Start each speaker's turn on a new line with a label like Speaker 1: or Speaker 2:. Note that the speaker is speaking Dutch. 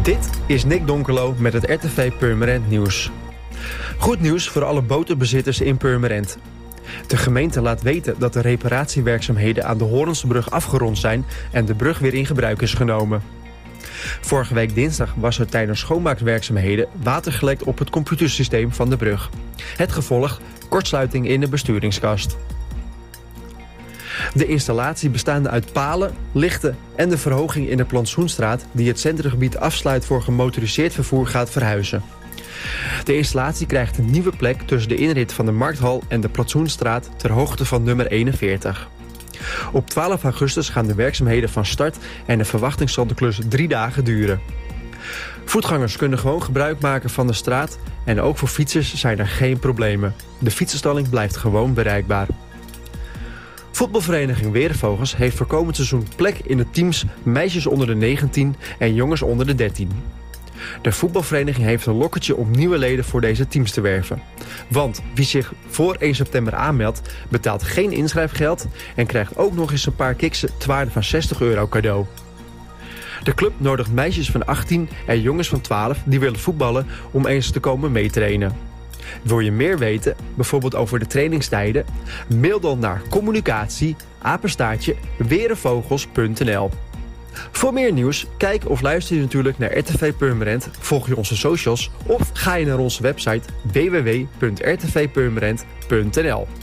Speaker 1: Dit is Nick Donkerlo met het RTV Purmerend Nieuws. Goed nieuws voor alle botenbezitters in Purmerend. De gemeente laat weten dat de reparatiewerkzaamheden aan de Hoornsebrug afgerond zijn en de brug weer in gebruik is genomen. Vorige week dinsdag was er tijdens schoonmaakwerkzaamheden water gelekt op het computersysteem van de brug. Het gevolg: kortsluiting in de besturingskast. De installatie bestaande uit palen, lichten en de verhoging in de Plantsoenstraat die het centrumgebied afsluit voor gemotoriseerd vervoer gaat verhuizen. De installatie krijgt een nieuwe plek tussen de inrit van de Markthal en de Plantsoenstraat ter hoogte van nummer 41. Op 12 augustus gaan de werkzaamheden van start en de verwachting zal de klus 3 dagen duren. Voetgangers kunnen gewoon gebruik maken van de straat en ook voor fietsers zijn er geen problemen. De fietsenstalling blijft gewoon bereikbaar. Voetbalvereniging Werenvogels heeft voor komend seizoen plek in de teams meisjes onder de 19 en jongens onder de 13. De voetbalvereniging heeft een lokketje om nieuwe leden voor deze teams te werven. Want wie zich voor 1 september aanmeldt, betaalt geen inschrijfgeld en krijgt ook nog eens een paar kiksen ter waarde van €60 cadeau. De club nodigt meisjes van 18 en jongens van 12 die willen voetballen om eens te komen meetrainen. Wil je meer weten, bijvoorbeeld over de trainingstijden? Mail dan naar communicatie@werenvogels.nl. Voor meer nieuws, kijk of luister je natuurlijk naar RTV Purmerend, volg je onze socials of ga je naar onze website www.rtvpurmerend.nl.